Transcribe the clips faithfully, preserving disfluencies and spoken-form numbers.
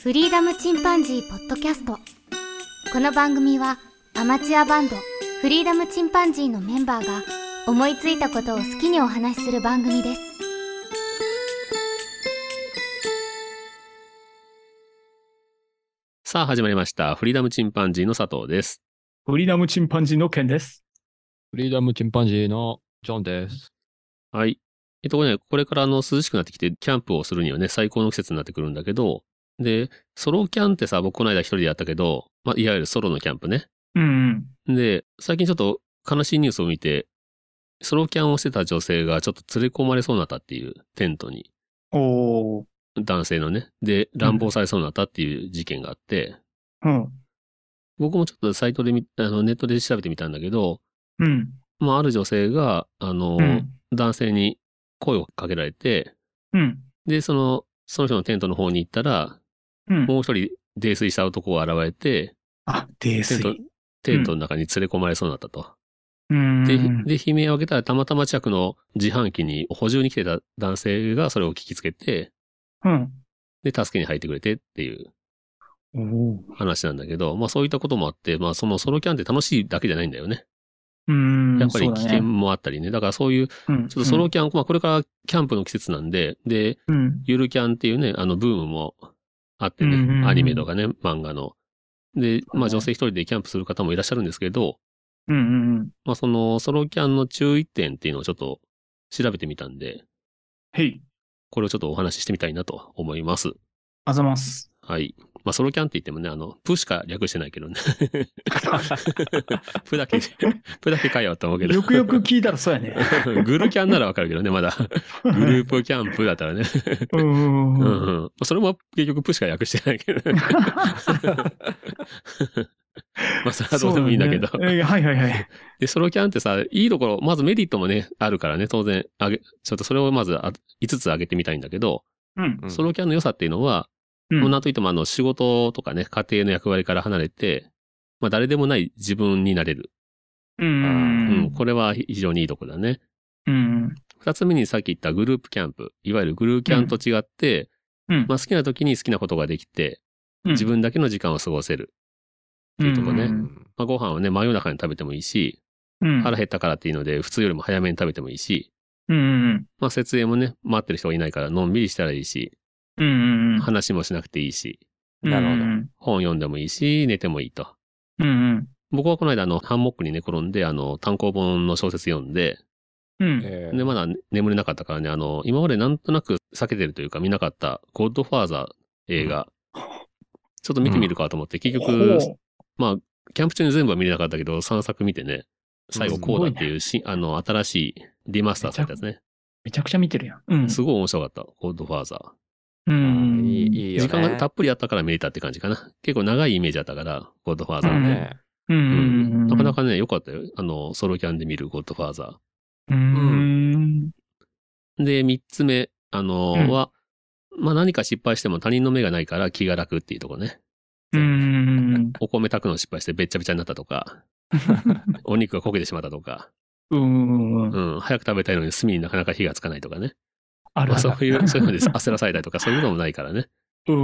フリーダムチンパンジーポッドキャスト。この番組はアマチュアバンドフリーダムチンパンジーのメンバーが思いついたことを好きにお話しする番組です。 さあ始まりました。フリーダムチンパンジーの佐藤です。 フリーダムチンパンジーのケンです。 フリーダムチンパンジーのジョンです。 はい。えっとね、これからあの涼しくなってきてキャンプをするにはね、最高の季節になってくるんだけど、で、ソロキャンってさ、僕この間一人でやったけど、まあ、いわゆるソロのキャンプね。 うんうん。 で、最近ちょっと悲しいニュースを見て、ソロキャンをしてた女性がちょっと連れ込まれそうになったっていうテントに。 おー。 男性のね。で、乱暴されそうになったっていう事件があって、 うん。 僕もちょっとサイトでみ、あの、ネットで調べてみたんだけど、 うん。 まあ、ある女性が、あの、 うん、 男性に声をかけられて、 うん。 で、その、その人のテントの方に行ったら、 うん。 もう一人泥酔した男が現れて、 あ、泥酔。 テント、テントの中に連れ込まれそうになったと。 うん。 で、で、悲鳴を上げたらたまたま近くの自販機に補充に来てた男性がそれを聞きつけて、 うん。 で、助けに入ってくれてっていうお話なんだけど、まあそういったこともあって、まあそのソロキャンって楽しいだけじゃないんだよね。 うん。 やっぱり危険もあったりね。だからそういう、ちょっとソロキャン、まあこれからキャンプの季節なんで、で、 うん、 ゆるキャンっていうね、あのブームもあってね、 うん、 アニメとかね、漫画の。で、まあ女性一人でキャンプする方もいらっしゃるんですけど、 うんうんうん。 まあそのソロキャンの注意点っていうのをちょっと調べてみたんで、 へい。 これをちょっとお話ししてみたいなと思います。 あざます。 はい。まあソロキャンって言ってもね、あの、プしか略してないけどね。プだけ、プだけかよって思うけど。 よくよく聞いたらそうやね。 グルキャンならわかるけどね、まだ。グループキャンプだったらね。 うんうんうん。それも結局プしか略してないけど。まあそれはどうでもいいんだけど。 ね、はいはいはい。 で、ソロキャンってさ、いいところ、まずメリットもね、あるからね、当然、あげ、ちょっとそれをまずいつつ挙げてみたいんだけど、 うん、 ソロキャンの良さっていうのは、 うん、 もうなんといってもあの仕事とかね、家庭の役割から離れて、まあ誰でもない自分になれる。 うん、 うん、これは非常にいいとこだね。 うん。 二つ目にさっき言ったグループキャンプ。いわゆるグルーキャンと違って、 うん、 まあ好きな時に好きなことができて、自分だけの時間を過ごせる。っていうとこね。うん、まあご飯をね、真夜中に食べてもいいし、うん、腹減ったからっていうので、普通よりも早めに食べてもいいし、うん、まあ設営もね、待ってる人がいないからのんびりしたらいいし、うん、話もしなくていいし、 なるほど。 本読んでもいいし、寝てもいいと。うん、僕はこの間あの、ハンモックに寝転んで、あの、単行本の小説読んで、うん、で、まだ眠れなかったからね、あの、今までなんとなく避けてるというか見なかったゴッドファーザー映画、うん、ちょっと見てみるかと思って、結局、まあ、キャンプ中に全部は見れなかったけど、さんさく見てね、最後こうだっていうし、ね、あの、新しいリマスターされたやつね。 めちゃくちゃ見てるやん。うん、 すごい面白かった、ゴッドファーザー。 うん、 いい、いいよね。 時間がたっぷりあったから見れたって感じかな。結構長いイメージあったから、ゴッドファーザーね。 うん、うん、 なかなかね、良かったよ。あの、ソロキャンで見るゴッドファーザー。 うん。 で、三つ目、あのー、は、まあ、何か失敗しても他人の目がないから気が楽っていうとこね。 うん。 お米炊くの失敗してべっちゃべちゃになったとか、お肉が焦げてしまったとか、 うん、 うん、早く食べたいのに炭になかなか火がつかないとかね。 あるある、 まあ、そういう、そういうので焦らされたりとか、そういうのもないからね。 うん、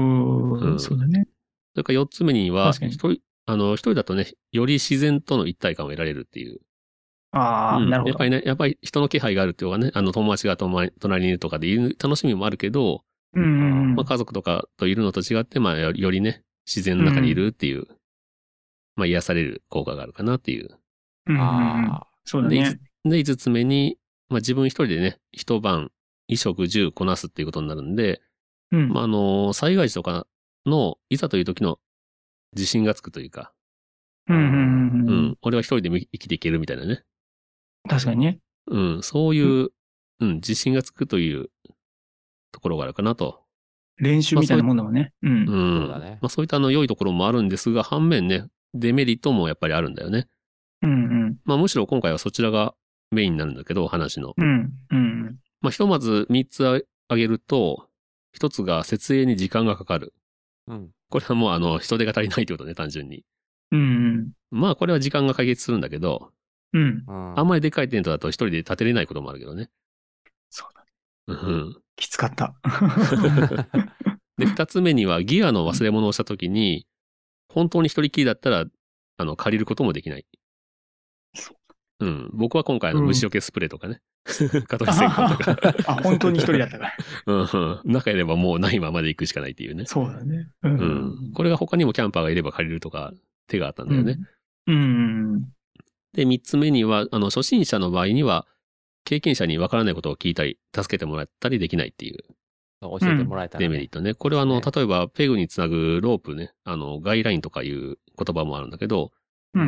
うん、そうだね。 それから四つ目には、一人、あの、一人だとね、より自然との一体感を得られるっていう。 ああ、うん、なるほど。 やっぱりね、やっぱり人の気配があるっていうのがね、あの、友達が隣にいるとかでいう楽しみもあるけど、 うん、 まあ、家族とかといるのと違って、まあ、よりね、自然の中にいるっていう、うん、まあ、癒される効果があるかなっていう。 うん、ああ、そうだね。 で、五つ目に、まあ、自分一人でね、一晩、衣食住こなすっていうことになるんで、うん、まあ、あの、災害時とかの、いざという時の自信がつくというか、 うん、うん、 うん、俺は一人でも生きていけるみたいなね。 確かにね。 うん、そういう、うん、自信がつくというところがあるかなと。 練習みたいなものもね。 うん。そうだね。まあそういったあの良いところもあるんですが、反面ね、デメリットもやっぱりあるんだよね。 うんうん。 まあむしろ今回はそちらがメインになるんだけど、話の。 うんうん。 まあひとまずみっつ挙げると、ひとつが設営に時間がかかる。うん。これはもうあの人手が足りないってことね、単純に。 うんうん。 まあこれは時間が解決するんだけど、 うん。 あんまりでかいテントだと一人で立てれないこともあるけどね。 そうだ。 うん。 きつかった。 で、二つ目にはギアの忘れ物をしたときに、本当に一人きりだったら、あの、借りることもできない。うん。僕は今回、あの、虫除けスプレーとかね。蚊取り線香とか。 あ、本当に一人だったから。 うん。仲いればもうないままで行くしかないっていうね。 そうだね。 うん。うん、これが他にもキャンパーがいれば借りるとか、手があったんだよね。 うん。うん、 で、三つ目には、あの、初心者の場合には、経験者にわからないことを聞いたり、助けてもらったりできないっていう。 教えてもらえたら、ね、 デメリットね。これはあの、例えば、ペグにつなぐロープね、あの、ガイラインとかいう言葉もあるんだけど、 うん。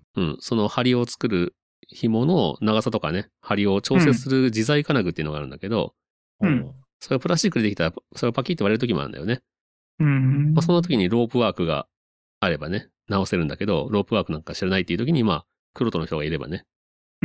うん。その針を作る紐の長さとかね、針を調節する自在金具っていうのがあるんだけど、 うん。 それをプラスチックでできたら、それをパキッと割れる時もあるんだよね。 うん。 まあ、その時にロープワークがあればね、直せるんだけど、ロープワークなんか知らないっていう時に、まあ、黒人の人がいればね、 うん。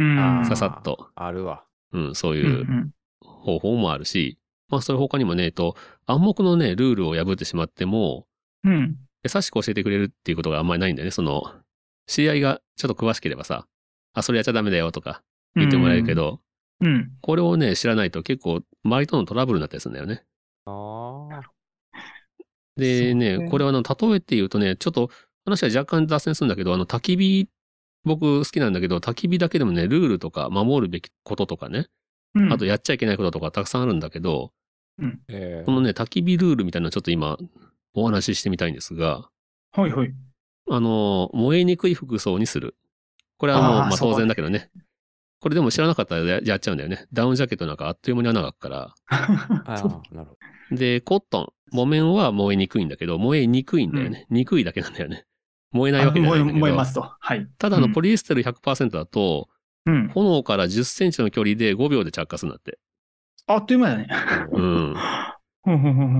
ささっと。 あるわ。 うん、そういう方法もあるし、まあ、それ他にもね、えっと、暗黙のね、ルールを破ってしまっても、 うん。 優しく教えてくれるっていうことがあんまりないんだよね。その、知り合いがちょっと詳しければさ、あ、それやっちゃダメだよとか言ってもらえるけど、 うん。うん、 これをね、知らないと結構、周りとのトラブルになったりするんだよね。 ああ。 でね、ねこれはあの、例えて言うとね、ちょっと話は若干脱線するんだけど、あの、焚き火、僕好きなんだけど、焚き火だけでもね、ルールとか守るべきこととかね、うん、あとやっちゃいけないこととかたくさんあるんだけど、 うんえー、このね、焚き火ルールみたいなのをちょっと今、お話ししてみたいんですが、 はいはい。 あの、燃えにくい服装にする。これはもう、あまあ当然だけどね。これでも知らなかったらやっちゃうんだよね。ダウンジャケットなんかあっという間に穴が開くから。 あなるほど。で、コットン。木綿は燃えにくいんだけど、燃えにくいんだよね。うん、にくいだけなんだよね。燃えないわけじゃないんだけど。 燃えますと。はい。 ただのポリエステル ひゃくパーセント だと、うん、炎からじゅっセンチの距離でごびょうで着火するんだって。 あっという間だね。 うん。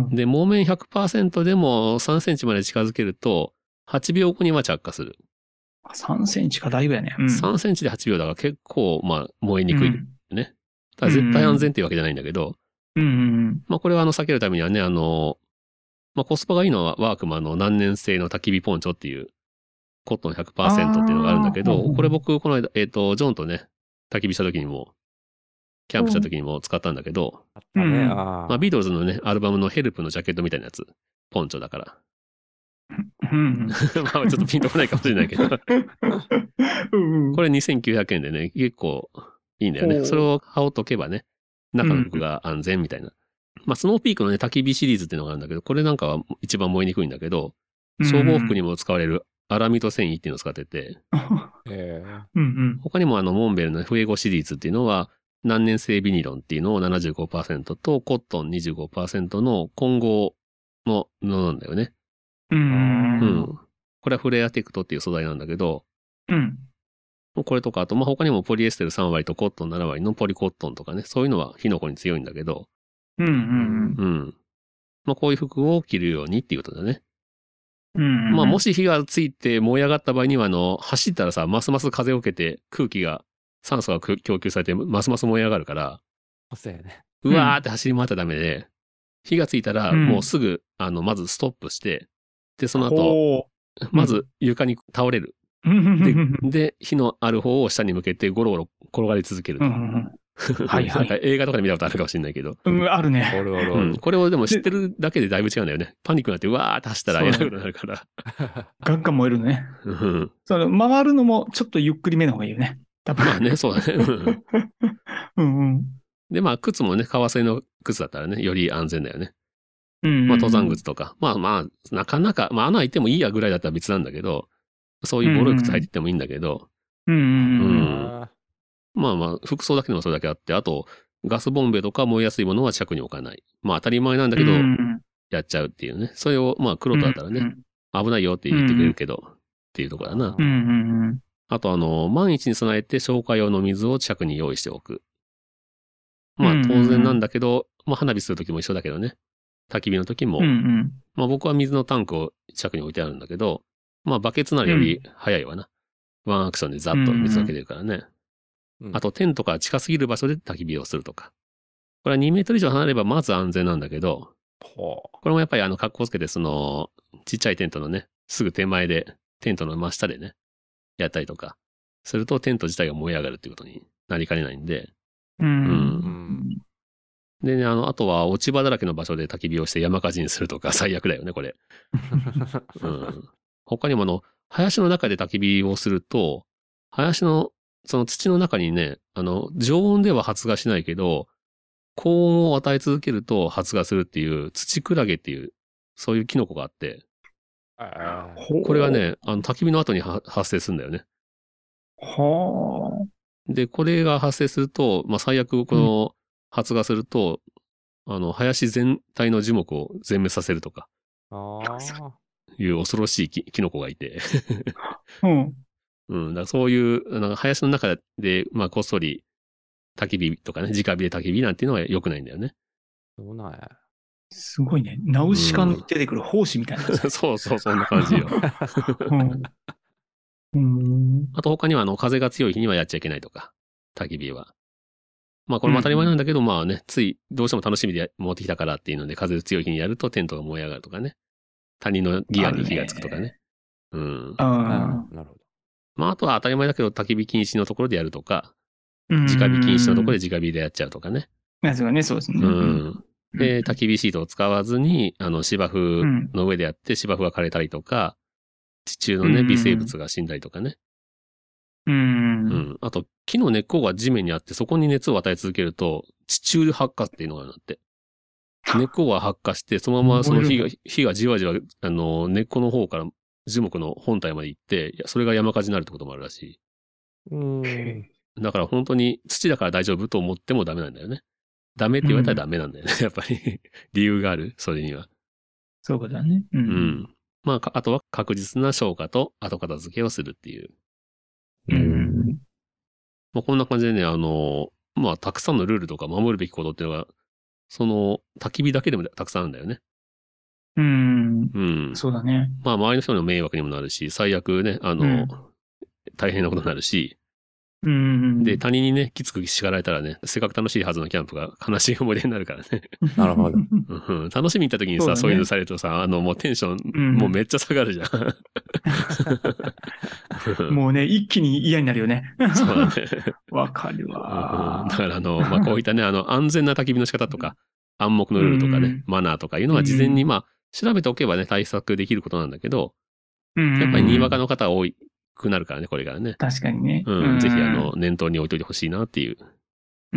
で、木綿 ひゃくパーセント でもさんセンチまで近づけると、はちびょうごには着火する。 さんセンチかだいぶやね。 うん、さんセンチではちびょうだから結構、まあ、燃えにくいね。うん、ただ絶対安全っていうわけじゃないんだけど、 うんうん、 まあ、これはあの、避けるためにはね、あの、まあ、コスパがいいのはワークマンの難燃性の焚き火ポンチョっていう、コットン ひゃくパーセント っていうのがあるんだけど、これ僕、この間、えっと、ジョンとね、焚き火した時にも、キャンプした時にも使ったんだけど、 うん、ね、 あまあ、ビートルズのね、アルバムのヘルプのジャケットみたいなやつ、ポンチョだから。 うん、 まあちょっとピンとこないかもしれないけど。これにせんきゅうひゃくえんでね、結構いいんだよね。それを羽織っとけばね、中の服が安全みたいな。うん、まあスノーピークのね、焚き火シリーズっていうのがあるんだけど、これなんかは一番燃えにくいんだけど、消防服にも使われるアラミド繊維っていうのを使ってて、他にもあの、モンベルのフエゴシリーズっていうのは、難燃性ビニロンっていうのを ななじゅうごパーセント とコットン にじゅうごパーセント の混合の布なんだよね。 うん。 うん。これはフレアテクトっていう素材なんだけど、 うん。 これとか、あと、まあ、他にもポリエステルさんわりとコットンななわりのポリコットンとかね、そういうのは火の粉に強いんだけど、 うんうんうん。 うん。まあ、こういう服を着るようにっていうことだね。 うん、うん。 まあ、もし火がついて燃え上がった場合には、あの、走ったらさ、ますます風を受けて空気が、酸素が供給されて、ますます燃え上がるから、 そうやね。 うわーって走り回ったらダメで、火がついたら、もうすぐ、あの、まずストップして、で、その後、まず床に倒れる。で、で、火のある方を下に向けてゴロゴロ転がり続ける。はいはい。なんか映画とかで見たことあるかもしれないけど。 うん、あるね。 あるある。うん。これをでも知ってるだけでだいぶ違うんだよね。パニックになってうわーって走ったらえらいことになるから。 ガンガン燃えるね。 うん。 その回るのもちょっとゆっくりめの方がいいよね。多分。 まあね、そうだね。 うんうん。 で、まあ、靴もね、革製の靴だったらね、より安全だよね。 うん。 まあ、登山靴とか。まあまあ、なかなか、まあ、穴開いてもいいやぐらいだったら別なんだけど、そういうボロい靴履いてってもいいんだけど。 うん。うん。 まあまあ、服装だけでもそれだけあって、あと、ガスボンベとか燃えやすいものは近くに置かない。まあ当たり前なんだけど、やっちゃうっていうね。それを、まあ黒とだったらね、危ないよって言ってくれるけど、っていうところだな。あとあの、万一に備えて消火用の水を近くに用意しておく。まあ当然なんだけど、まあ花火するときも一緒だけどね。焚き火の時も、まあ僕は水のタンクを近くに置いてあるんだけど、まあバケツならより早いわな。ワンアクションでザッと水かけてるからね。あと、テントから近すぎる場所で焚き火をするとか。これはにメートル以上離れればまず安全なんだけど、これもやっぱりあの、格好つけて、その、ちっちゃいテントのね、すぐ手前で、テントの真下でね、やったりとか、するとテント自体が燃え上がるっていうことになりかねないんで、 うん。うん。 でね、あの、あとは落ち葉だらけの場所で焚き火をして山火事にするとか最悪だよね、これ。うん、他にもあの、林の中で焚き火をすると、林の、その土の中にね、あの、常温では発芽しないけど、高温を与え続けると発芽するっていう土クラゲっていう、そういうキノコがあって、これがね、あの、焚き火の後に発生するんだよね。 はあ。で、これが発生すると、まあ、最悪、この、発芽すると、うん、あの、林全体の樹木を全滅させるとか。 ああ。 いう恐ろしいキノコがいて。 うん。 うん。だからそういう、なんか林の中で、まあ、こっそり、焚き火とかね、直火で焚き火なんていうのは良くないんだよね。 そうなんや。 すごいね。ナウシカに出てくる胞子みたいな、 うん。そうそう、そんな感じよ。 うん、 あと他には、あの、風が強い日にはやっちゃいけないとか、焚き火は。まあ、これも当たり前なんだけど、うん、まあね、つい、どうしても楽しみで持ってきたからっていうので、風強い日にやるとテントが燃え上がるとかね。他人のギアに火がつくとかね。うん。 ああ、 なるほど。 まあ、あとは当たり前だけど、焚き火禁止のところでやるとか、直火禁止のところで直火でやっちゃうとかね。 そうね、そうですね。 うん。で、焚き火シートを使わずに、あの、芝生の上でやって、芝生が枯れたりとか、地中のね、微生物が死んだりとかね。 うん。 うん。あと、木の根っこが地面にあって、そこに熱を与え続けると、地中発火っていうのがあって。根っこが発火して、そのままその火が、火がじわじわ、あの、根っこの方から樹木の本体まで行って、それが山火事になるってこともあるらしい。 うん。 だから本当に土だから大丈夫と思ってもダメなんだよね。ダメって言われたらダメなんだよね。うん、やっぱり理由がある、それには。 そういうことだね。 うん。うん、まあ、あとは確実な消火と後片付けをするっていう。 うん。 まあ、こんな感じでね、あの、まあ、たくさんのルールとか守るべきことっていうのが、その、焚き火だけでもたくさんあるんだよね。 うん。 うん。 そうだね。 まあ、周りの人の迷惑にもなるし、最悪ね、あの、うん、大変なことになるし、 うん。 で、他人にね、きつく叱られたらね、せっかく楽しいはずのキャンプが悲しい思い出になるからね。 なるほど。 うん、楽しみに行った時にさ、そう、ね、そういうのされるとさ、あの、もうテンション、うん、もうめっちゃ下がるじゃん。もうね、一気に嫌になるよね。 そうだね。 わかるわ、 うん。だからあの、まあ、こういったね、あの、安全な焚き火の仕方とか、暗黙のルールとかね、うん、マナーとかいうのは事前にまあ、調べておけばね、対策できることなんだけど、うん、やっぱりにわかの方が多い。くなるからね、これからね。 確かにね。 うん。ぜひ、あの、念頭に置いといてほしいなっていう。 うん。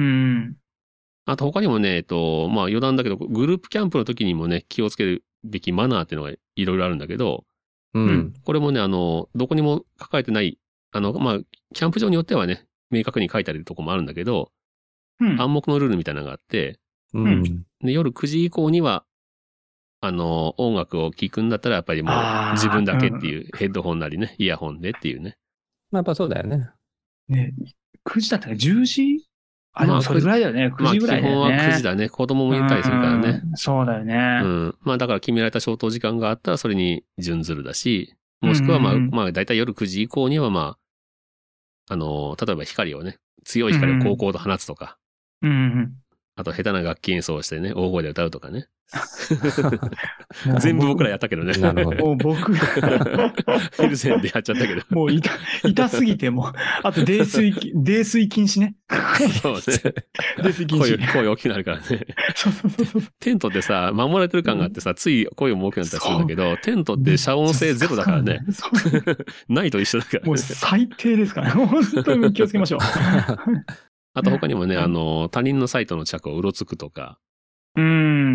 あと、他にもね、えっと、まあ、余談だけど、グループキャンプの時にもね、気をつけるべきマナーっていうのがいろいろあるんだけど、 うん。 これもね、あの、どこにも書かれてない、あの、まあ、キャンプ場によってはね、明確に書いてあるとこもあるんだけど、うん、暗黙のルールみたいなのがあって、 うん。 で、夜くじ以降には、あの、音楽を聴くんだったら、やっぱりもう自分だけっていう、ヘッドホンなりね、イヤホンでっていうね。 まあやっぱそうだよね。 ね、くじだったらじゅうじあ、でもそれぐらいだよね。くじぐらいだよね。 まあ基本はくじだね。子供もいたりするからね。 そうだよね。 うん。まあだから決められた消灯時間があったらそれに準ずるだし、もしくはまあ、まあだいたい夜くじ以降にはまあ、あの、例えば光をね、強い光を高々と放つとか。 うんうんあと下手な楽器演奏をしてね、大声で歌うとかね。全部僕らやったけどね。 なるほど。 もう僕。 フィルセンでやっちゃったけど。 もう痛、痛すぎてもう。あと泥酔、泥酔禁止ね。 そうね。 泥酔禁止。 声、声大きくなるからね。 そうそうそうそう。 テントってさ、守られてる感があってさ、つい声も大きくなったりするんだけど、テントって遮音性ゼロだからね。ないと一緒だからね。 もう最低ですからね。本当に気をつけましょう。 あと他にもね、あの、他人のサイトの近くをうろつくとか、 うん。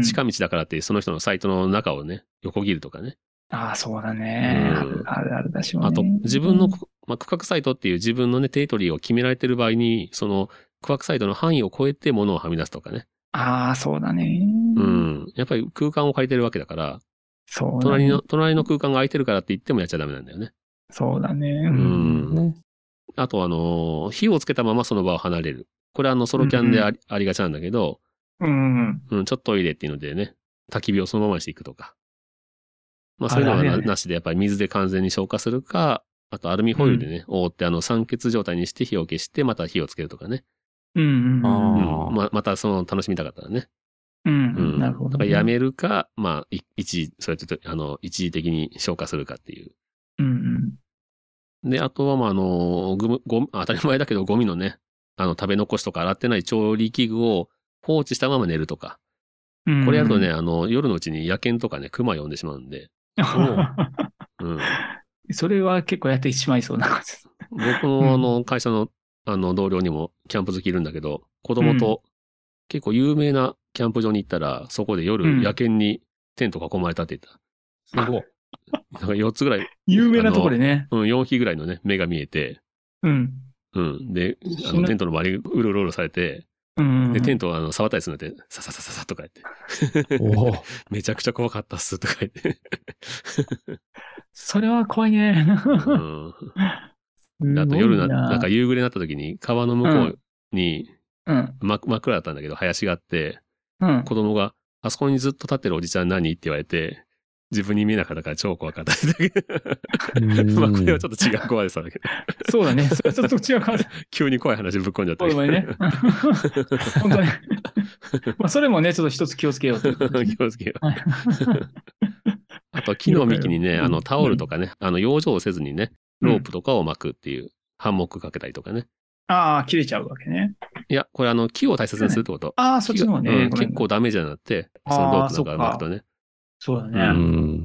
近道だからってその人のサイトの中をね、横切るとかね。 ああ、そうだね。うん、あるあるだしょうね。 あと、自分の、まあ、区画サイトっていう自分のね、テリトリーを決められてる場合に、その区画サイトの範囲を超えて物をはみ出すとかね。 ああ、そうだね。 うん。やっぱり空間を借りてるわけだから、 そうだね。 隣の、隣の空間が空いてるからって言ってもやっちゃダメなんだよね。 そうだね。 うん。ね、あと、あの、火をつけたままその場を離れる。これはあの、ソロキャンであり、うん、ありがちなんだけど、 うん。 うん、ちょっとトイレっていうのでね、焚き火をそのままにしていくとか。まあそういうのは な, なしで、やっぱり水で完全に消火するか、あとアルミホイルでね、うん、覆ってあの酸欠状態にして火を消して、また火をつけるとかね。 うんうんうん。 うん、ま, またその楽しみたかったらね。 うん、うん。なるほど、ね。 だからやめるか、まあ、一時、そうやって、あの、一時的に消火するかっていう。 うんうん。で、あとはまああの、ゴミ、ゴミ、当たり前だけどゴミのね、あの、食べ残しとか洗ってない調理器具を放置したまま寝るとか。これやるとね、あの、夜のうちに野犬とかね、熊呼んでしまうんで。 うん、それは結構やってしまいそうな感じです。 僕のあの、会社のあの、同僚にもキャンプ好きいるんだけど、子供と結構有名なキャンプ場に行ったら、そこで夜野犬にテント囲まれたって言った。すごい。なんかよっつぐらい。 有名なところでね。 うん、よんひきぐらいのね、目が見えて。 うん。 うん。で、あの、テントの周りうろうろうろされて、うん、で、テントをあの触ったりするんだって、さささささとか言って。おめちゃくちゃ怖かったっすとか言って。 それは怖いね。 うん。あと夜な、なんか夕暮れになった時に川の向こうに、うん、真っ暗だったんだけど、林があって、うん、子供が、あそこにずっと立ってるおじちゃん何って言われて、自分に見えなかったから超怖かったんだけど。まあこれはちょっと違う怖さだけど。 そうだね。それはちょっと違う怖さ。 急に怖い話ぶっ込んじゃったけど。ね。本当に。まあそれもね、ちょっと一つ気をつけようと。 気をつけよう。あと木の幹にね、あのタオルとかね、あの養生をせずにね、ロープとかを巻くっていう、ハンモックかけたりとかね。 ああ、切れちゃうわけね。 いや、これあの木を大切にするってこと。 ああ、そっちの方ね、 うん。結構ダメージになって、そのロープなんか巻くとね。 そうだね。 うん。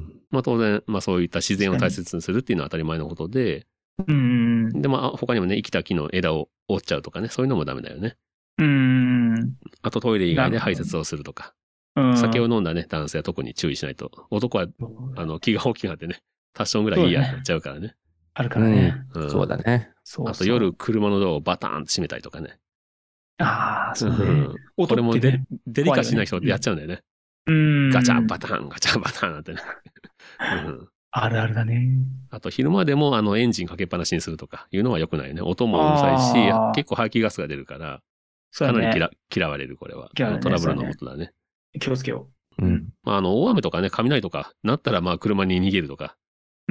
まあ当然、まあそういった自然を大切にするっていうのは当たり前のことで、 うん。 で、まあ他にもね、生きた木の枝を折っちゃうとかね、そういうのもダメだよね。 うん。 あとトイレ以外で排泄をするとか。うん、酒を飲んだね、男性は特に注意しないと。男は、あの、気が大きくなってね、タッションぐらいいいやってなっちゃうからね。 あるからね。 うん。そうだね。 あと夜車のドアをバターンって閉めたりとかね。 ああ、そうね。 これもデリカシーない人ってやっちゃうんだよね。 うん。 ガチャンバタン、ガチャンバタンなんてね。 うん、あるあるだね。 あと昼間でもあのエンジンかけっぱなしにするとかいうのは良くないね。音もうるさいし、結構排気ガスが出るから、かなり嫌、嫌われるこれは。ね、トラブルのもとだね。 気をつけよう。うん。まああの大雨とかね、雷とかなったらまあ車に逃げるとか。 うん。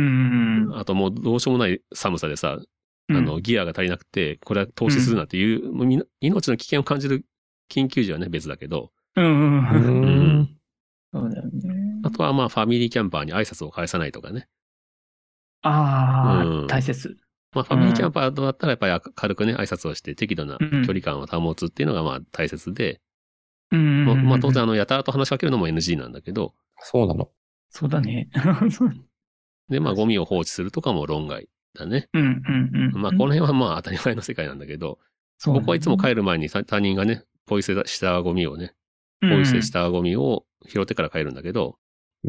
あともうどうしようもない寒さでさ、あのギアが足りなくて、これは投資するなっていう、うん、命の危険を感じる緊急時はね別だけど。 うんうんうん。 うんそうだよね。 あとはまあファミリーキャンパーに挨拶を返さないとかね。 ああ、うん、大切。 まあファミリーキャンパーだったらやっぱり軽くね挨拶をして適度な距離感を保つっていうのがまあ大切で。 うん。 まあ、まあ当然あのやたらと話しかけるのも エヌジー なんだけど。 そうなの。 そうだね。 でまあゴミを放置するとかも論外だね。 うんうんうん。 まあこの辺はまあ当たり前の世界なんだけど。ね、僕はいつも帰る前に他人がね、ポイ捨てしたゴミをね、ポイ捨てしたゴミを拾ってから帰るんだけど、 うん、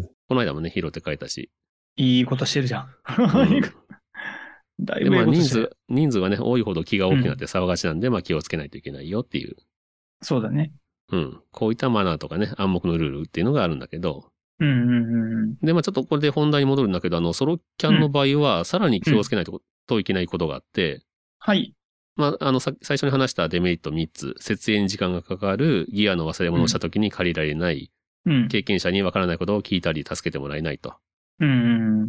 この間もね、拾って帰ったし。 いいことしてるじゃん。 うん、 だいぶで、まあ人数、人数がね、多いほど気が大きくなって騒がしなんで、うん、まあ気をつけないといけないよっていう。 そうだね。 うん。こういったマナーとかね、暗黙のルールっていうのがあるんだけど。 うんうんうん。 で、まあちょっとこれで本題に戻るんだけど、あの、ソロキャンの場合は、さらに気をつけないと、うん、といけないことがあって、 はい。 まあ、あの、さ、最初に話したデメリットみっつ、設営に時間がかかる、ギアの忘れ物をした時に借りられない、うん、経験者にわからないことを聞いたり助けてもらえないと。 うん、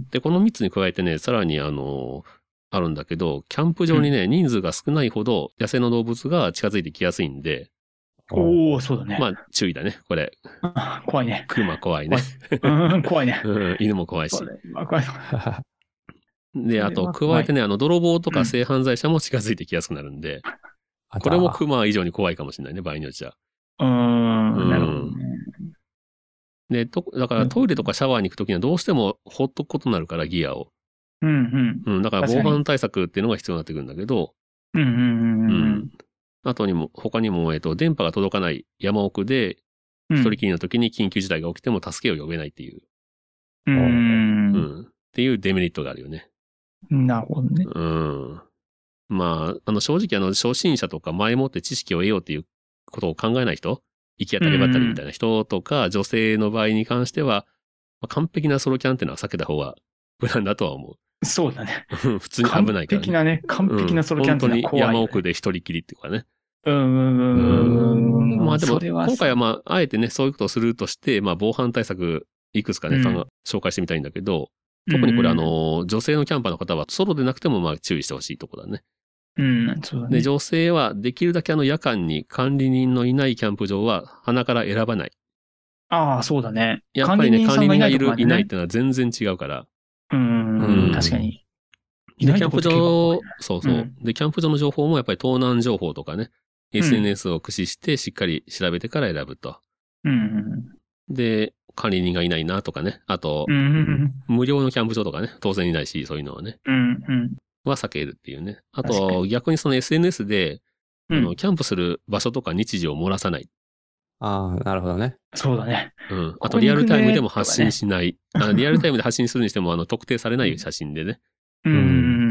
で、このみっつに加えてね、さらにあの、あるんだけど、キャンプ場にね、うん、人数が少ないほど野生の動物が近づいてきやすいんで。 おー、そうだね。 まあ、注意だね、これ。 怖いね。 熊怖いね。 怖い、うん、怖いね、 うん。犬も怖いし。 怖い。 で、あと、加えてね、あの、泥棒とか性犯罪者も近づいてきやすくなるんで、うん、これも熊以上に怖いかもしれないね、場合によっちゃ。 うーん、なるほどね。 で、と、だからトイレとかシャワーに行くときにはどうしてもほっとくことになるから、ギアを。 うんうん。 うん、だから防犯対策っていうのが必要になってくるんだけど、 うんうんうん。うん。 あとにも、他にも、えっと、電波が届かない山奥で、一人きりの時に緊急事態が起きても助けを呼べないっていう。 うん。 うん。っていうデメリットがあるよね。 なるほどね。 うん。まあ、あの、正直、あの、初心者とか前もって知識を得ようっていうことを考えない人、行き当たりばったりみたいな人とか、女性の場合に関しては、まあ、完璧なソロキャンっていうのは避けた方が無難だとは思う。 そうだね。 普通に危ないから、ね。 完璧なね、完璧なソロキャンっていうのは怖い、ね。 本当に山奥で一人きりっていうかね。 うんうんうんうん。 まあでも、今回はまあ、あえてね、そういうことをするとして、まあ、防犯対策、いくつかね、うん、紹介してみたいんだけど、特にこれ、あの、女性のキャンパーの方は、ソロでなくても、まあ、注意してほしいところだね。 うん、そうだね。 で、女性は、できるだけあの、夜間に管理人のいないキャンプ場は、鼻から選ばない。 ああ、そうだね。 やっぱりね、管理人がいる、いないってのは全然違うから。 うん、うん、確かに。 で、キャンプ場、そうそう、うん。で、キャンプ場の情報も、やっぱり盗難情報とかね、 エスエヌエス を駆使してしっかり調べてから選ぶと。 うん、 で、管理人がいないなとかね。あと、 うん、 無料のキャンプ場とかね。当然いないし、そういうのはね。 うん、 は避けるっていうね。あと、逆にその エスエヌエス で、あの、キャンプする場所とか日時を漏らさない。 ああ、なるほどね。 そうだね。 うん。あと、リアルタイムでも発信しない。あリアルタイムで発信するにしても、あの、特定されない写真でね。 うん。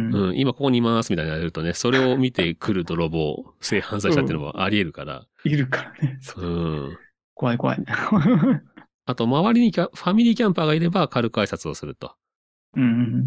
うん。今ここにいますみたいなのやるとね、それを見てくる泥棒、性犯罪者っていうのもあり得るから。 いるからね。 うん。 怖い怖い。 あと、周りにファミリーキャンパーがいれば軽く挨拶をすると。 うん。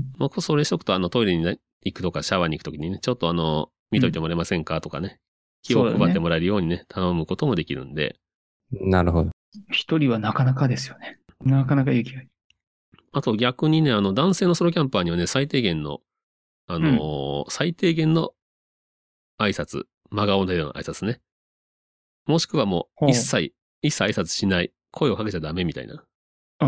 まあ、それしとくと、あの、トイレに、ね、行くとか、シャワーに行くときにね、ちょっとあの、見といてもらえませんかとかね。気を配ってもらえるようにね、頼むこともできるんで。 なるほど。 一人はなかなかですよね。なかなか勇気がいい。 あと逆にね、あの、男性のソロキャンパーにはね、最低限の、あのーうん、最低限の挨拶、真顔での挨拶ね。もしくはもう、一切、一切挨拶しない。声をかけちゃダメみたいな。 うん。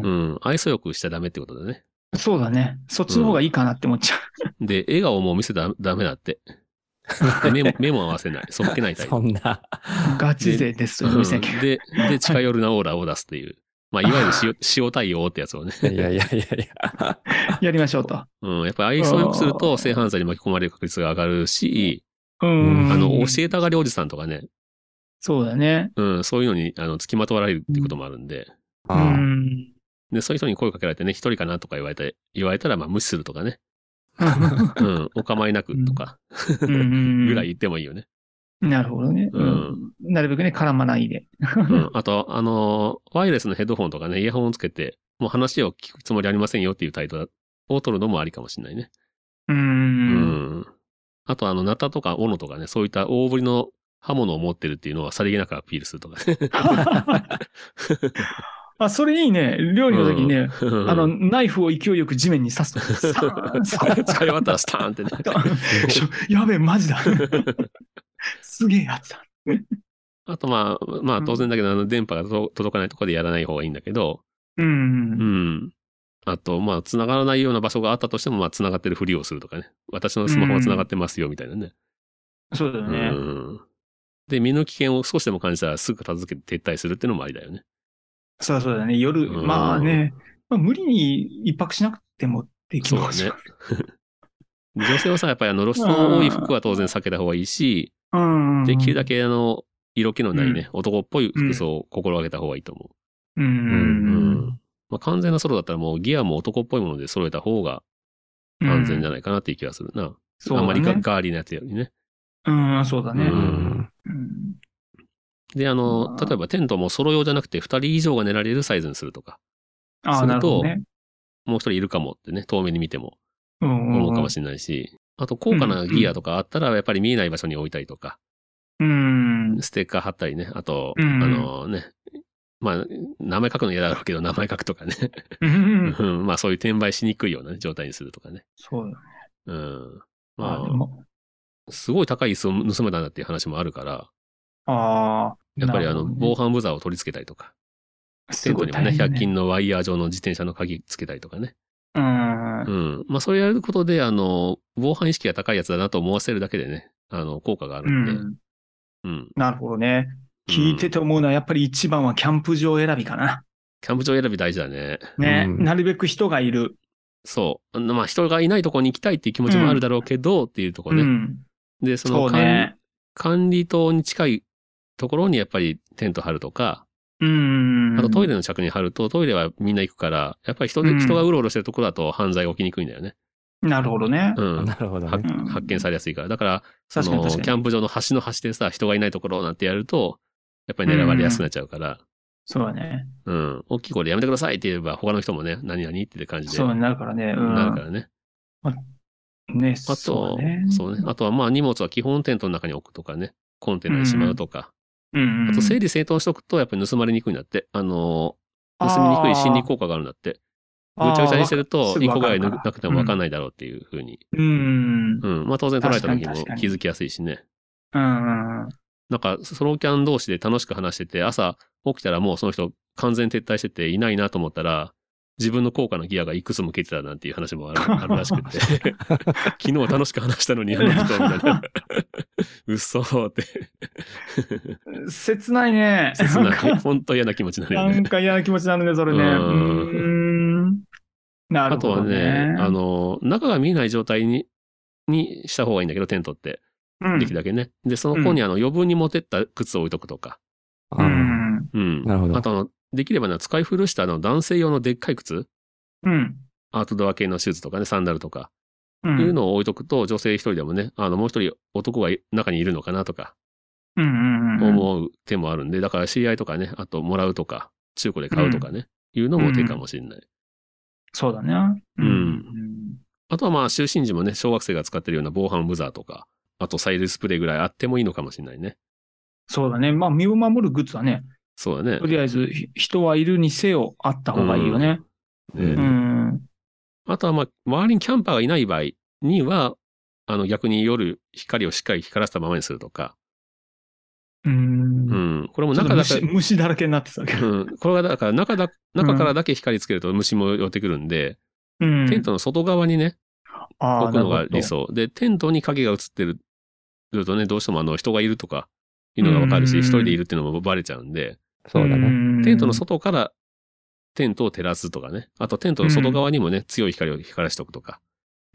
うん。愛想よくしちゃダメってことだね。 そうだね。そっちの方がいいかなって思っちゃう。 うん、で、笑顔も見せたらダメだって。目も、目も合わせない。そっけないタイプ。 そんな。 ガチ勢ですよ、 うん、で、で、近寄るなオーラを出すっていう。まあ、いわゆる塩、塩対応ってやつをね。 いやいやいやいや。 やりましょうと。 うん。やっぱり愛想よくすると性犯罪に巻き込まれる確率が上がるし、 うん。 あの、教えたがりおじさんとかね。 そうだね。 うん。そういうのに、あの、付きまとわれるってこともあるんで。 うん。 で、そういう人に声かけられてね、一人かなとか言われて、言われたら、まあ、無視するとかね。うん。お構いなくとか。ぐらい言ってもいいよね。 なるほどね。うん。なるべくね、絡まないで。 うん。あと、あの、ワイヤレスのヘッドホンとかね、イヤホンをつけて、もう話を聞くつもりありませんよっていう態度を取るのもありかもしれないね。 うん。 うん。あと、あの、ナタとか斧とかね、そういった大ぶりの刃物を持ってるっていうのはさりげなくアピールするとかね。 あ、それいいね。料理の時にね、うん、あの、ナイフを勢いよく地面に刺すと。スターン使い終わったらスターンってね。 やべえ、マジだ。すげえやつだ。 あと、まあ、まあ、当然だけど、あの、電波が届かないところでやらない方がいいんだけど、 うん。 うん。あと、まあ、繋がらないような場所があったとしても、まあ、繋がってるふりをするとかね。私のスマホは繋がってますよ、みたいなね。 うん、そうだよね。 うん。で、身の危険を少しでも感じたらすぐ片付けて撤退するっていうのもありだよね。 そうそうだね。夜、うん、まあね、まあ、無理に一泊しなくてもできますよ。 そうだね。女性はさ、やっぱりあの、露出の多い服は当然避けた方がいいし、 うん、 できるだけあの、色気のないね、うん、男っぽい服装を心がけた方がいいと思う。うん。うんまあ、完全なソロだったらもうギアも男っぽいもので揃えた方が安全じゃないかなっていう気がするな。うん、そうだね、あんまりガーリーなやつよりね。 うん、そうだね。 うんうんで、あの、例えばテントもソロ用じゃなくて二人以上が寝られるサイズにするとか。 ああ、なるほどね。 もう一人いるかもってね、遠目に見ても思うかもしれないし、あと高価なギアとかあったらやっぱり見えない場所に置いたりとか、 うん、 ステッカー貼ったりね、あと、 うん、 あのね、まあ、名前書くの嫌だろうけど名前書くとかね、 うんうん、まあそういう転売しにくいような、ね、状態にするとかね。 そうだね。 うん。 まあ、あでもすごい高い椅子を盗めたんだっていう話もあるから、 ああ。 やっぱりあの、ね、防犯ブザーを取り付けたりとか。テントにもね、ひゃく均のワイヤー状の自転車の鍵つけたりとかね。 うん。 うん。まあ、それやることで、あの、防犯意識が高いやつだなと思わせるだけでね、あの、効果があるんで。うん。うん、 なるほどね。聞いてて思うのは、やっぱり一番はキャンプ場選びかな。 キャンプ場選び大事だね。 ね、うん、なるべく人がいる。 そう。まあ、人がいないところに行きたいっていう気持ちもあるだろうけど、うん、っていうところね。うん、で、その、ね、管理棟に近いところにやっぱりテント張るとか、 うん。 あとトイレの近くに張ると、トイレはみんな行くから、やっぱり人で、人がうろうろしてるところだと犯罪が起きにくいんだよね。 なるほどね。 うん。 なるほど、 ね。発見されやすいから。だから、その、キャンプ場の端の端でさ、人がいないところなんてやると、やっぱり狙われやすくなっちゃうから。うん、 そうだね。 うん。大きい声でやめてくださいって言えば、他の人もね、何々って感じで。 そうなるからね。うん。 なるからね。 まね、 あと、そうね。そうね。あとはまあ荷物は基本テントの中に置くとかね。コンテナにしまうとか。 うんうんうん、 あと整理整頓しとくとやっぱり盗まれにくいんだって。あの、盗みにくい心理効果があるんだって。ぐちゃぐちゃにしてると、一個ぐらいなくても分かんないだろうっていうふうに。 うん。 うん。まあ当然捉えた時も気づきやすいしね。 うん。 なんか、ソロキャン同士で楽しく話してて、朝起きたらもうその人完全撤退してていないなと思ったら、 自分の高価なギアがいくつも消えてたなんていう話もあるあるらしくて昨日楽しく話したのにあの人みたいな嘘って切ないね。 切ない本当嫌な気持ちになるよね。 なんか嫌な気持ちになるねそれね。うーんなるほどね。 あとはね、あの中が見えない状態ににした方がいいんだけどテントって、うん、できるだけね。でその子にあの余分に持ってった靴を置いとくとか。 うん。 うん。なるほど。あとあのできればね使い古したあの男性用のでっかい靴。 うん。 アウトドア系のシューズとかねサンダルとか。うん、いうのを置いとくと女性一人でもねあのもう一人男が中にいるのかなとか。 うんうんうん、 思う手もあるんで、だから知り合いとかね、あともらうとか、中古で買うとかね、うん、いうのも手かもしれない。うん、 そうだね。 うん。うん、あとはまあ、就寝時もね、小学生が使ってるような防犯ブザーとか、あとサイレンスプレイぐらいあってもいいのかもしれないね。 そうだね。まあ、身を守るグッズはね。 そうだね。 とりあえず、人はいるにせよあった方がいいよね。 うん。ね、うん、あとはまあ、周りにキャンパーがいない場合には、あの逆に夜光をしっかり光らせたままにするとか。 うん。 うん。これも中だけ虫、虫だらけになってたけど。 うん。これはだから中だ、中からだけ光つけると虫も寄ってくるんで、うん、テントの外側にね、置くのが理想。で、テントに影が映ってるとね、どうしてもあの人がいるとかいうのがわかるし、一人でいるっていうのもバレちゃうんで、 そうだね。 テントの外からテントを照らすとかね。あとテントの外側にもね、強い光を光らしておくとか。 うん。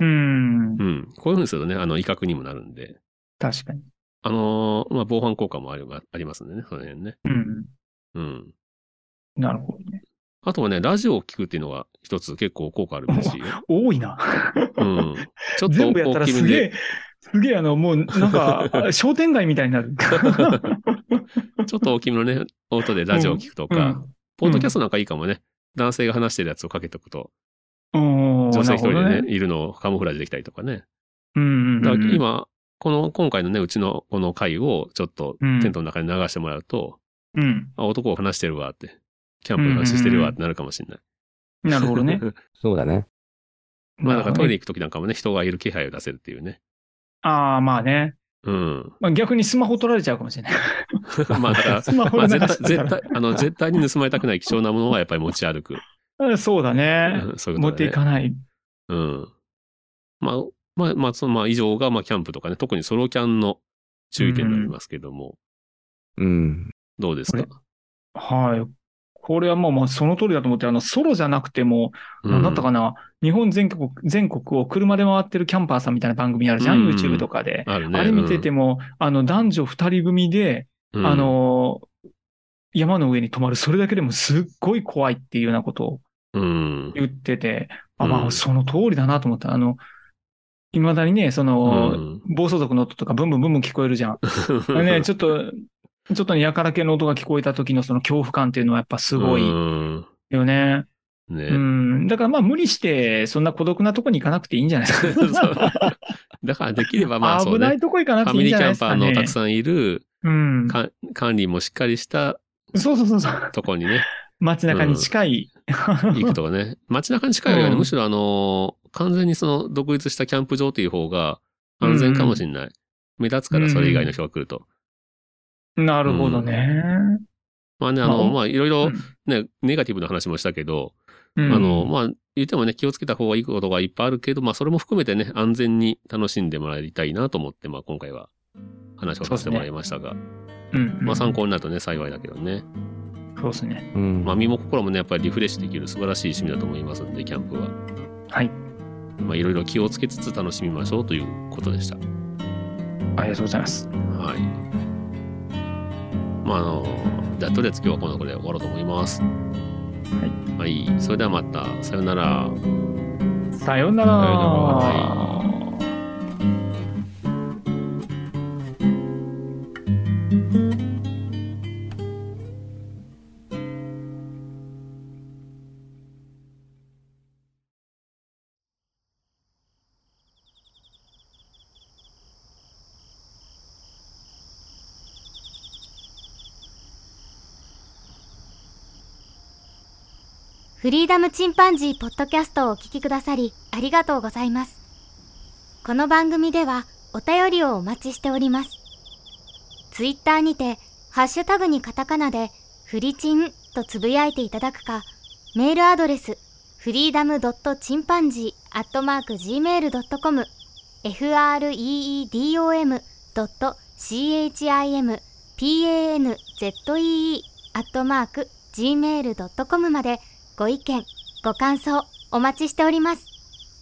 うん。こういう風にするとね、あの威嚇にもなるんで。 確かに。 あのー、まあ、防犯効果もありありますんでね、その辺ね。 うん。 うん。 なるほどね。 あとはね、ラジオを聞くっていうのが一つ結構効果あるらしいよ。 多いな。 うん。 ちょっと全部やったらすげえ、すげえあの、もうなんか、商店街みたいになる。 ちょっと大きめのね、音でラジオを聞くとか、うんうん、ポッドキャストなんかいいかもね。男性が話してるやつをかけておくと、女性一人でね、ねいるのをカモフラージュできたりとかね。 うんうんうん、 だから今、この、今回のね、うちのこの回をちょっとテントの中に流してもらうと、 うん、 あ、男を話してるわって、キャンプの話してるわってなるかもしれない。 うんうんうん、なるほどね。 そうだね。 まあ、なんかトイレ行くときなんかもね、人がいる気配を出せるっていうね。 ああ、まあね。 うん。 まあ、逆にスマホ取られちゃうかもしれない。 まあ、だから、スマホまあ、絶対、絶対、あの、絶対に盗まれたくない貴重なものはやっぱり持ち歩く。 そうだね。 うん、そういうことだね。 持っていかない。 うん。まあ、まあ、まあ、その、まあ、以上が、まあ、キャンプとかね、特にソロキャンの注意点になりますけども。 うん。 どうですか？ はい。これはもう、まあ、その通りだと思って、あの、ソロじゃなくても、なんだったかな、日本全国、全国を車で回ってるキャンパーさんみたいな番組あるじゃん、うん、YouTube とかで。 あるね。 あれ見てても、うん、あの、男女二人組で、うん、あの、山の上に泊まる、それだけでもすっごい怖いっていうようなことを言ってて、うん、あ、まあ、その通りだなと思った。あの、未だにね、その、うん、暴走族の音とかブンブンブンブン聞こえるじゃん。ね、ちょっと、ちょっとね、やから系の音が聞こえた時のその恐怖感っていうのはやっぱすごいよね。 ね。 うん。だからまあ無理してそんな孤独なとこに行かなくていいんじゃないですか。 だからできればまあそう、ね、 危ないとこ行かなくていいんじゃないですか、ね。 ファミリーキャンパーのたくさんいる、 うん、 管理もしっかりしたそうそうそうそうとこにね。 街中に近い。 うん、行くとかね。街中に近いよりはね、うん、むしろあのー、完全にその独立したキャンプ場という方が安全かもしれない。うん、目立つからそれ以外の人が来ると。 なるほどね。うん、 まあね、あの、まあ、いろいろね、うん、ネガティブな話もしたけど、うん、あの、まあ、言ってもね、気をつけた方がいいことがいっぱいあるけど、まあ、それも含めてね、安全に楽しんでもらいたいなと思って、まあ、今回は話をさせてもらいましたが、 うん、 まあ、参考になるとね、幸いだけどね。 そうですね。 うん、まあ、身も心もね、やっぱりリフレッシュできる素晴らしい趣味だと思いますので、キャンプは。 はい。 まあ、いろいろ気をつけつつ楽しみましょうということでした。 ありがとうございます。 はい。まあ、あの、じゃあ、とりあえず今日はこのところで終わろうと思います。 はい。 はい。それではまた、さよなら。 さよなら。はい。 フリーダムチンパンジーポッドキャストをお聞きくださりありがとうございます。この番組ではお便りをお待ちしております。ツイッターにてハッシュタグにカタカナでフリチンとつぶやいていただくか、メールアドレスフリーダムドットチンパンジーアットマークジーメールドットコム フリーダムドットチンパンジーアットマークジーメールドットコム までご意見、ご感想お待ちしております。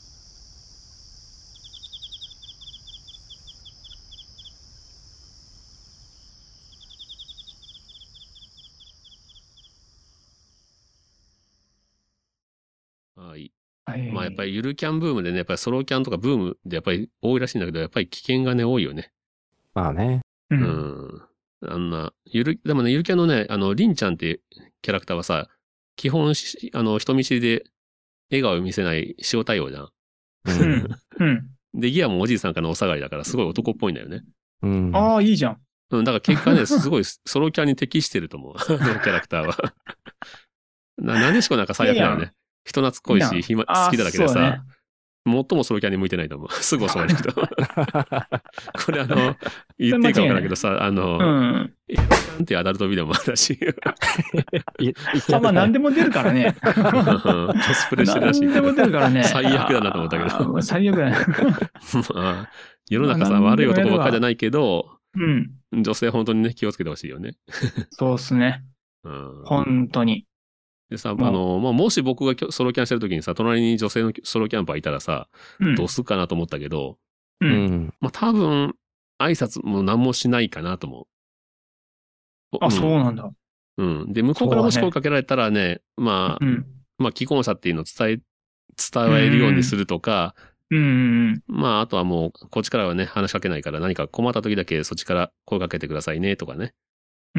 はい。まあやっぱりゆるキャンブームでね、やっぱりソロキャンとかブームでやっぱり多いらしいんだけど、やっぱり危険がね、多いよね。 まあね。 うん。うんあんな、ゆる、でもね、ゆるキャンのね、あの、りんちゃんってキャラクターはさ、基本し、あの、人見知りで笑顔を見せない塩対応じゃん。 うん。うん。 で、ギアもおじいさんからのお下がりだからすごい男っぽいんだよね。 うん。ああ、いいじゃん。 うん、だから結果ね、すごいソロキャンに適してると思う。あのキャラクターは。な、なでしこなんか最悪だよね。人懐っこいし、暇、好きだだけでさ、ね、最もソロキャンに向いてないと思う。すぐ襲われると。これあの、言っていいか分からんけどさ、あの、うん、エロキャンっていうアダルトビデオもあるらしいよ。 あ、まあ何でも出るからね。 コスプレしてるらしい。 何でも出るからね。 最悪だなと思ったけど。 最悪だね。 まあ、世の中さ、悪い男ばっかりじゃないけど、 うん、 女性本当にね、気をつけてほしいよね。 そうっすね。うん、本当に。 でさ、あの、まあ、もし僕がソロキャンしてる時にさ、隣に女性のソロキャンパーいたらさ、うん、どうすっかなと思ったけど、うん。まあ、多分、挨拶も何もしないかなと思う。あ、うん、そうなんだ。 うん。で、向こうからもし声かけられたらね、まあ、うん、まあ、既婚者っていうのを伝え、伝えるようにするとか、 うん。 まあ、あとはもう、こっちからはね、話しかけないから何か困った時だけそっちから声かけてくださいね、とかね。 うん。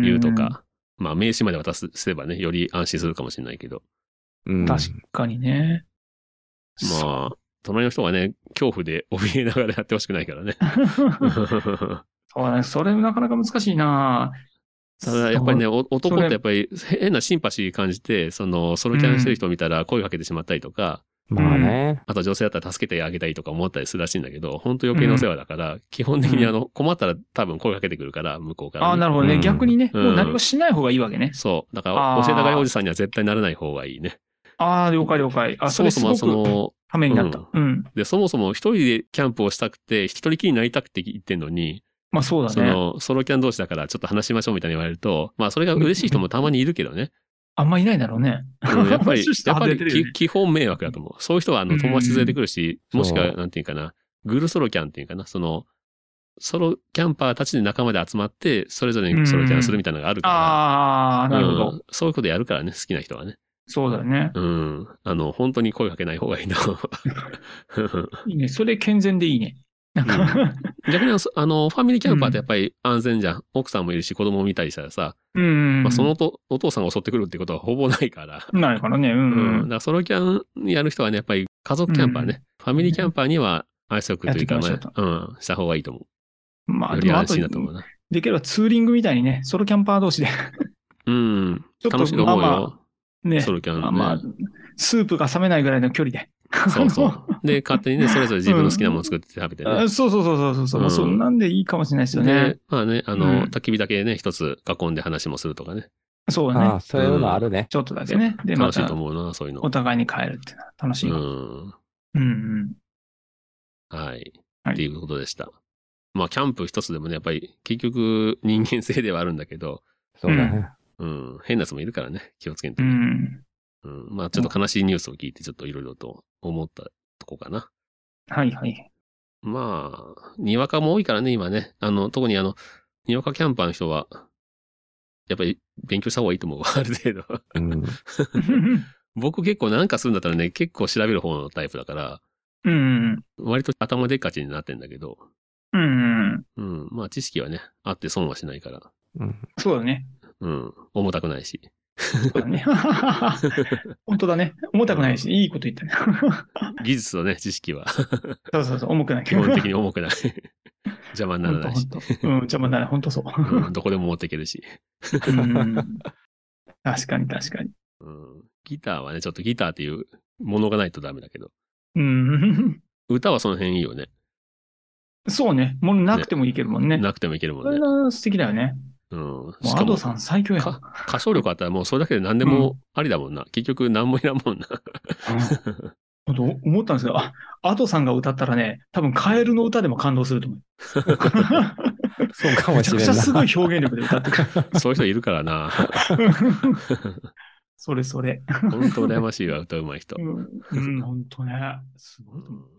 言うとか。まあ、名刺まで渡すればね、より安心するかもしれないけど。 うん、確かにね。 まあ、隣の人がね、恐怖で怯えながらやってほしくないからね。 そうね、それなかなか難しいなただやっぱりね、男ってやっぱり変なシンパシー感じて、その、ソロキャンしてる人を見たら声かけてしまったりとか、 まあね。 あと女性だったら助けてあげたいとか思ったりするらしいんだけど、本当余計なお世話だから、うん、基本的にあの、困ったら多分声かけてくるから、向こうから、ね。 ああ、なるほどね。うん、逆にね、もう何もしない方がいいわけね。 そう。だから、教えたがりおじさんには絶対ならない方がいいね。 ああ、了解了解。あ、そもそもその、ためになった。うん。 で、そもそも一人でキャンプをしたくて、一人きりになりたくて言ってんのに、 まあそうだね。 その、ソロキャン同士だからちょっと話しましょうみたいに言われると、まあそれが嬉しい人もたまにいるけどね。 あんまいないだろうね。 うん、やっぱり、やっぱり基本迷惑だと思う。そういう人はあの友達連れてくるし、もしくはなんていうかな、グルソロキャンっていうかな、その、ソロキャンパーたちで仲間で集まって、それぞれにソロキャンするみたいなのがあるから。 ああ、なるほど、 うん。そういうことやるからね、好きな人はね。 そうだよね。 うん。あの、本当に声かけない方がいいな。 いいね。それ健全でいいね。 うん、逆にあの、ファミリーキャンパーってやっぱり安全じゃん。うん、奥さんもいるし、子供もいたりしたらさ。 うん。 まあ、そのお, お父さんが襲ってくるってことはほぼないから。 ないからね。うん、うん。 だからソロキャンやる人はね、やっぱり家族キャンパーね。うん、ファミリーキャンパーには愛想よくというか、ね、うん、した方がいいと思う。 まあ、 より安心だと思うな。 できればツーリングみたいにね、ソロキャンパー同士で。 うん。楽しいと思うよ。 まあまあ、ね。 ソロキャンね。 まあまあ、スープが冷めないぐらいの距離で。 そうそう。で、勝手にね、それぞれ自分の好きなものを作って食べてね。 うん、そうそうそうそうそう。うん、そんなんでいいかもしれないですよね。で、 まあね、あの、うん、焚き火だけね、一つ囲んで話もするとかね。 そうだね。 あそういうのあるね。 ちょっとだけね。 で、楽しいと思うな、そういうの。 お互いに帰るっていうのは楽しい。うん。うんうん。 はい。っていうことでした。まあ、キャンプ一つでもね、やっぱり結局人間性ではあるんだけど。 そうだね。 うん。変なやつもいるからね、気をつけんとね。 うん。 うん、まあちょっと悲しいニュースを聞いてちょっといろいろと思ったとこかな。 はいはい。 まあ、にわかも多いからね、今ね。あの、特にあの、にわかキャンパーの人は、やっぱり勉強した方がいいと思う。ある程度。うん、僕結構なんかするんだったらね、結構調べる方のタイプだから、 うん、 割と頭でっかちになってんだけど、 うん、 うん、まあ知識はね、あって損はしないから。 うん、そうだね。 うん、重たくないし。 そうだね。本当だね。重たくないし、うん、いいこと言ったね。 技術とね、知識は。 そうそうそう、重くない。 基本的に重くない。邪魔にならないし。 うん、邪魔にならない。本当そう、 うん。どこでも持っていけるし。 うん。確かに確かに、 うん。ギターはね、ちょっとギターっていうものがないとダメだけど。 うん。 歌はその辺いいよね。 そうね。ものなくてもいけるもんね。ねなくてもいけるもんね。 それは素敵だよね。 うん。 もうアドさん最強やん。 歌唱力あったらもうそれだけで何でもありだもんな。うん、結局何もいらんもんな。 うん、思ったんですけど、あ、アドさんが歌ったらね、多分カエルの歌でも感動すると思う。 そうかもしれない。めちゃくちゃすごい表現力で歌ってくる。そういう人いるからな。 それそれ。 本当羨ましいわ、歌うまい人。 うん、うん、本当ね。すごいと思う。